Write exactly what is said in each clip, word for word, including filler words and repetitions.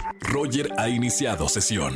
Roger ha iniciado sesión.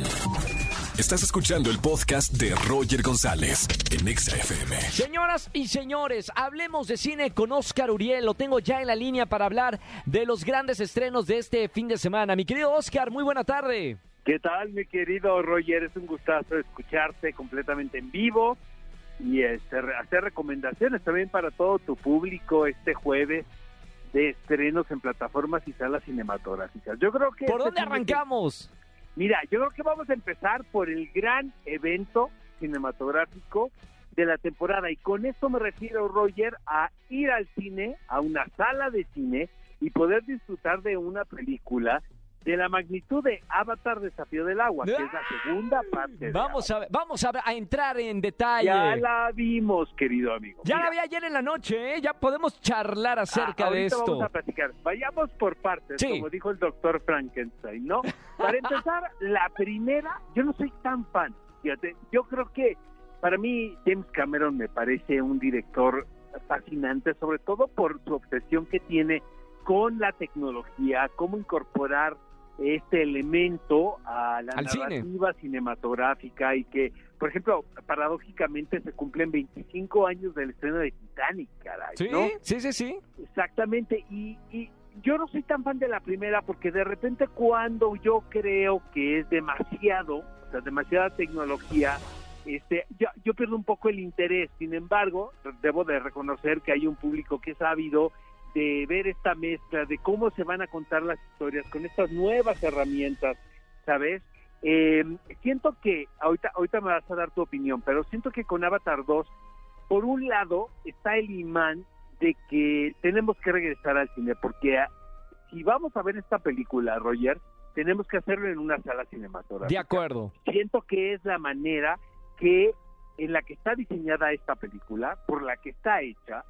Estás escuchando el podcast de Roger González en Exa F M. Señoras y señores, hablemos de cine con Oscar Uriel. Lo tengo ya en la línea para hablar de los grandes estrenos de este fin de semana. Mi querido Oscar, muy buena tarde. ¿Qué tal, mi querido Roger? Es un gustazo escucharte completamente en vivo y este, hacer recomendaciones también para todo tu público este jueves de estrenos en plataformas y salas cinematográficas. Yo creo que... ¿Por este dónde arrancamos? Que, mira, yo creo que vamos a empezar por el gran evento cinematográfico de la temporada, y con esto me refiero, Roger, a ir al cine, a una sala de cine y poder disfrutar de una película de la magnitud de Avatar: Desafío del Agua, que es la segunda parte. Vamos a ver, vamos a, ver, a entrar en detalle. Ya la vimos, querido amigo. Ya Mira, la vi ayer en la noche, ¿eh? Ya podemos charlar acerca ah, de esto. Vamos a platicar. Vayamos por partes, sí. Como dijo el doctor Frankenstein, ¿no? Para empezar, la primera, yo no soy tan fan. Fíjate, yo creo que para mí James Cameron me parece un director fascinante, sobre todo por su obsesión que tiene con la tecnología, cómo incorporar este elemento a la Al narrativa cine. cinematográfica, y que, por ejemplo, paradójicamente se cumplen veinticinco años del estreno de Titanic, caray, Sí, ¿no? sí, sí, sí. Exactamente, y, y yo no soy tan fan de la primera porque de repente cuando yo creo que es demasiado, o sea, demasiada tecnología, este, yo, yo pierdo un poco el interés. Sin embargo, debo de reconocer que hay un público que es ávido de ver esta mezcla, de cómo se van a contar las historias con estas nuevas herramientas, ¿sabes? Eh, siento que, ahorita, ahorita me vas a dar tu opinión, pero siento que con Avatar dos, por un lado, está el imán de que tenemos que regresar al cine, porque a, si vamos a ver esta película, Roger, tenemos que hacerlo en una sala cinematográfica. De acuerdo. Siento que es la manera que en la que está diseñada esta película, por la que está hecha.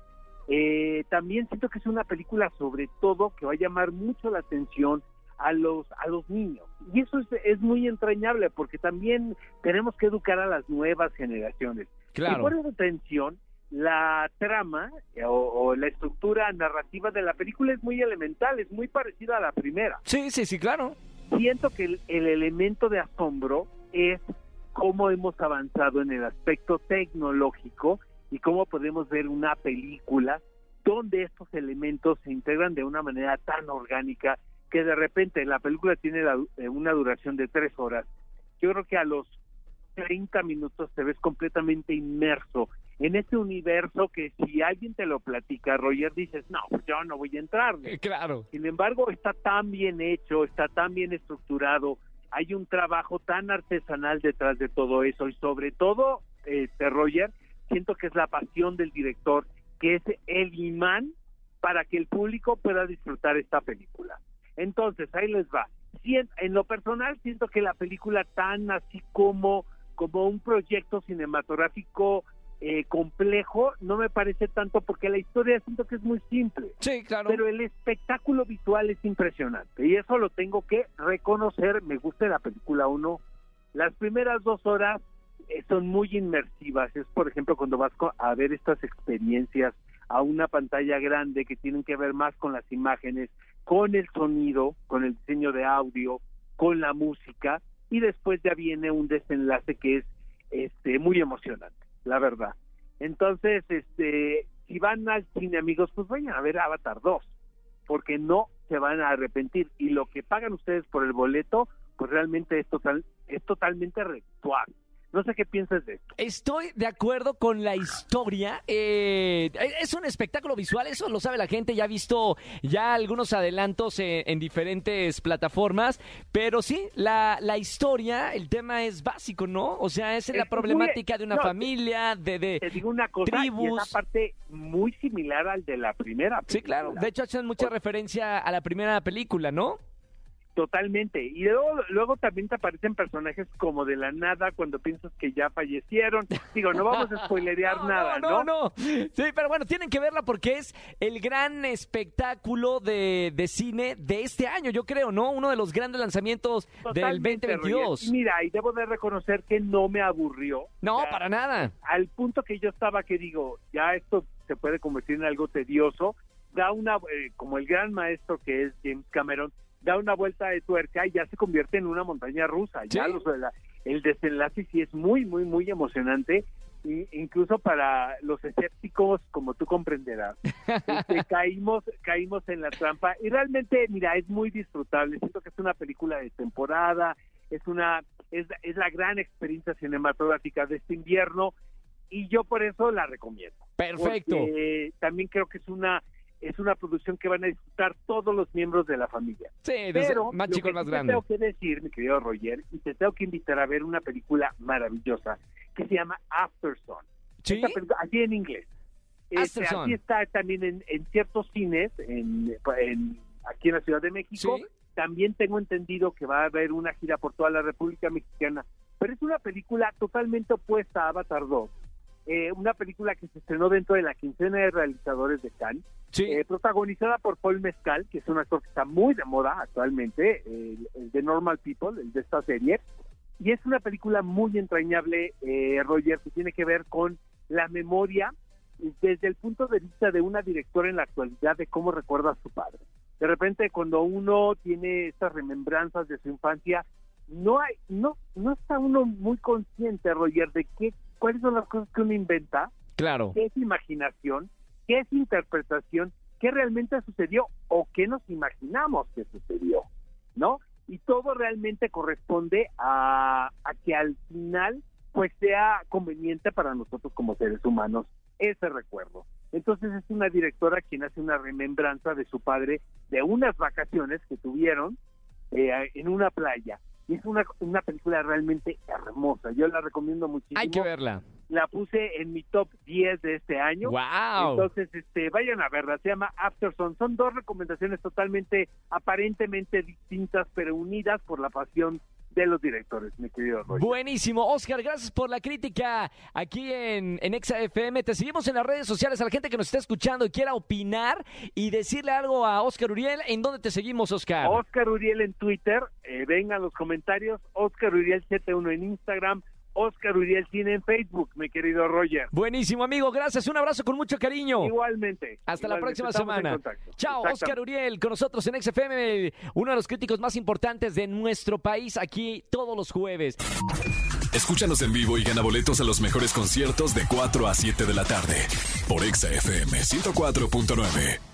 Eh, también siento que es una película, sobre todo, que va a llamar mucho la atención a los a los niños, y eso es, es muy entrañable, porque también tenemos que educar a las nuevas generaciones. Claro. Y por esa atención, la trama eh, o, o la estructura narrativa de la película es muy elemental, es muy parecida a la primera. Sí, sí, sí, claro. Siento que el, el elemento de asombro es cómo hemos avanzado en el aspecto tecnológico y cómo podemos ver una película donde estos elementos se integran de una manera tan orgánica que de repente la película tiene la, una duración de tres horas. Yo creo que a los treinta minutos te ves completamente inmerso en este universo que si alguien te lo platica, Roger, dices, no, pues yo no voy a entrarle. Claro. Sin embargo, está tan bien hecho, está tan bien estructurado, hay un trabajo tan artesanal detrás de todo eso, y sobre todo, este, Roger, siento que es la pasión del director, que es el imán para que el público pueda disfrutar esta película. Entonces, ahí les va. En lo personal, siento que la película, tan así como, como un proyecto cinematográfico eh, complejo, no me parece tanto, porque la historia siento que es muy simple. Sí, claro. Pero el espectáculo visual es impresionante, y eso lo tengo que reconocer, me gusta la película o no. Las primeras dos horas son muy inmersivas. Es, por ejemplo, cuando vas a ver estas experiencias a una pantalla grande que tienen que ver más con las imágenes, con el sonido, con el diseño de audio, con la música, y después ya viene un desenlace que es este muy emocionante, la verdad. Entonces, este si van al cine, amigos, pues vayan a ver Avatar dos, porque no se van a arrepentir, y lo que pagan ustedes por el boleto, pues realmente es total es totalmente redituable. No sé qué piensas de esto. Estoy de acuerdo con la historia. Eh, es un espectáculo visual, eso lo sabe la gente. Ya ha visto ya algunos adelantos en, en diferentes plataformas. Pero sí, la, la historia, el tema es básico, ¿no? O sea, es, es la problemática muy, de una no, familia, de, de te digo una cosa, tribus. Y esa parte muy similar al de la primera película. Sí, claro. De hecho, hacen mucha referencia a la primera película, ¿no? Totalmente, y luego, luego también te aparecen personajes como de la nada cuando piensas que ya fallecieron. Digo, no vamos a spoilerear no, nada, no, ¿no? No, no, sí, pero bueno, tienen que verla porque es el gran espectáculo de, de cine de este año, yo creo, ¿no? Uno de los grandes lanzamientos Totalmente, del veinte veintidós. Roger. Mira, y debo de reconocer que no me aburrió. No, o sea, para nada. Al punto que yo estaba que digo, ya esto se puede convertir en algo tedioso. Da una, eh, como el gran maestro que es James Cameron, da una vuelta de tuerca y ya se convierte en una montaña rusa. ¿Sí? Ya los, la, el desenlace sí es muy, muy, muy emocionante, e incluso para los escépticos, como tú comprenderás. Este, caímos, caímos en la trampa y realmente, mira, es muy disfrutable. Siento que es una película de temporada, es una, es, es la gran experiencia cinematográfica de este invierno y yo por eso la recomiendo. Perfecto. Porque también creo que es una es una producción que van a disfrutar todos los miembros de la familia. Sí, Pero más lo chico que el más sí grande. te tengo que decir, mi querido Roger, y te tengo que invitar a ver una película maravillosa que se llama Aftersun. ¿Sí? Esta película, así en inglés. Este, Aftersun. así está también en, en ciertos cines, en, en, aquí en la Ciudad de México. ¿Sí? También tengo entendido que va a haber una gira por toda la República Mexicana. Pero es una película totalmente opuesta a Avatar dos. Eh, una película que se estrenó dentro de la quincena de realizadores de Cannes, Sí. eh, protagonizada por Paul Mescal, que es un actor que está muy de moda actualmente, el, el de Normal People, el de esta serie, y es una película muy entrañable, eh, Roger, que tiene que ver con la memoria desde el punto de vista de una directora en la actualidad de cómo recuerda a su padre. De repente, cuando uno tiene estas remembranzas de su infancia, no hay, no, no está uno muy consciente, Roger, de qué, cuáles son las cosas que uno inventa, Claro. qué es imaginación, qué es interpretación, qué realmente sucedió o qué nos imaginamos que sucedió, ¿no? Y todo realmente corresponde a, a que al final pues sea conveniente para nosotros como seres humanos ese recuerdo. Entonces es una directora quien hace una remembranza de su padre de unas vacaciones que tuvieron eh, en una playa. Y es una, una película realmente hermosa. Yo la recomiendo muchísimo. Hay que verla. La puse en mi top diez de este año. ¡Wow! Entonces, este, vayan a verla. Se llama Aftersun. Son dos recomendaciones totalmente, aparentemente distintas, pero unidas por la pasión de los directores, mi querido Roger. Buenísimo. Oscar, gracias por la crítica aquí en, en Exa F M. Te seguimos en las redes sociales. A la gente que nos está escuchando y quiera opinar y decirle algo a Oscar Uriel, ¿en dónde te seguimos, Oscar? Oscar Uriel en Twitter. Eh, vengan los comentarios. Oscar Uriel setenta y uno en Instagram. Oscar Uriel Cine en Facebook, mi querido Roger. Buenísimo, amigo. Gracias. Un abrazo con mucho cariño. Igualmente. Hasta la igualmente, próxima estamos en semana. contacto. Chao, Exactamente. Oscar Uriel, con nosotros en X F M, uno de los críticos más importantes de nuestro país, aquí todos los jueves. Escúchanos en vivo y gana boletos a los mejores conciertos de cuatro a siete de la tarde por Exa F M ciento cuatro punto nueve.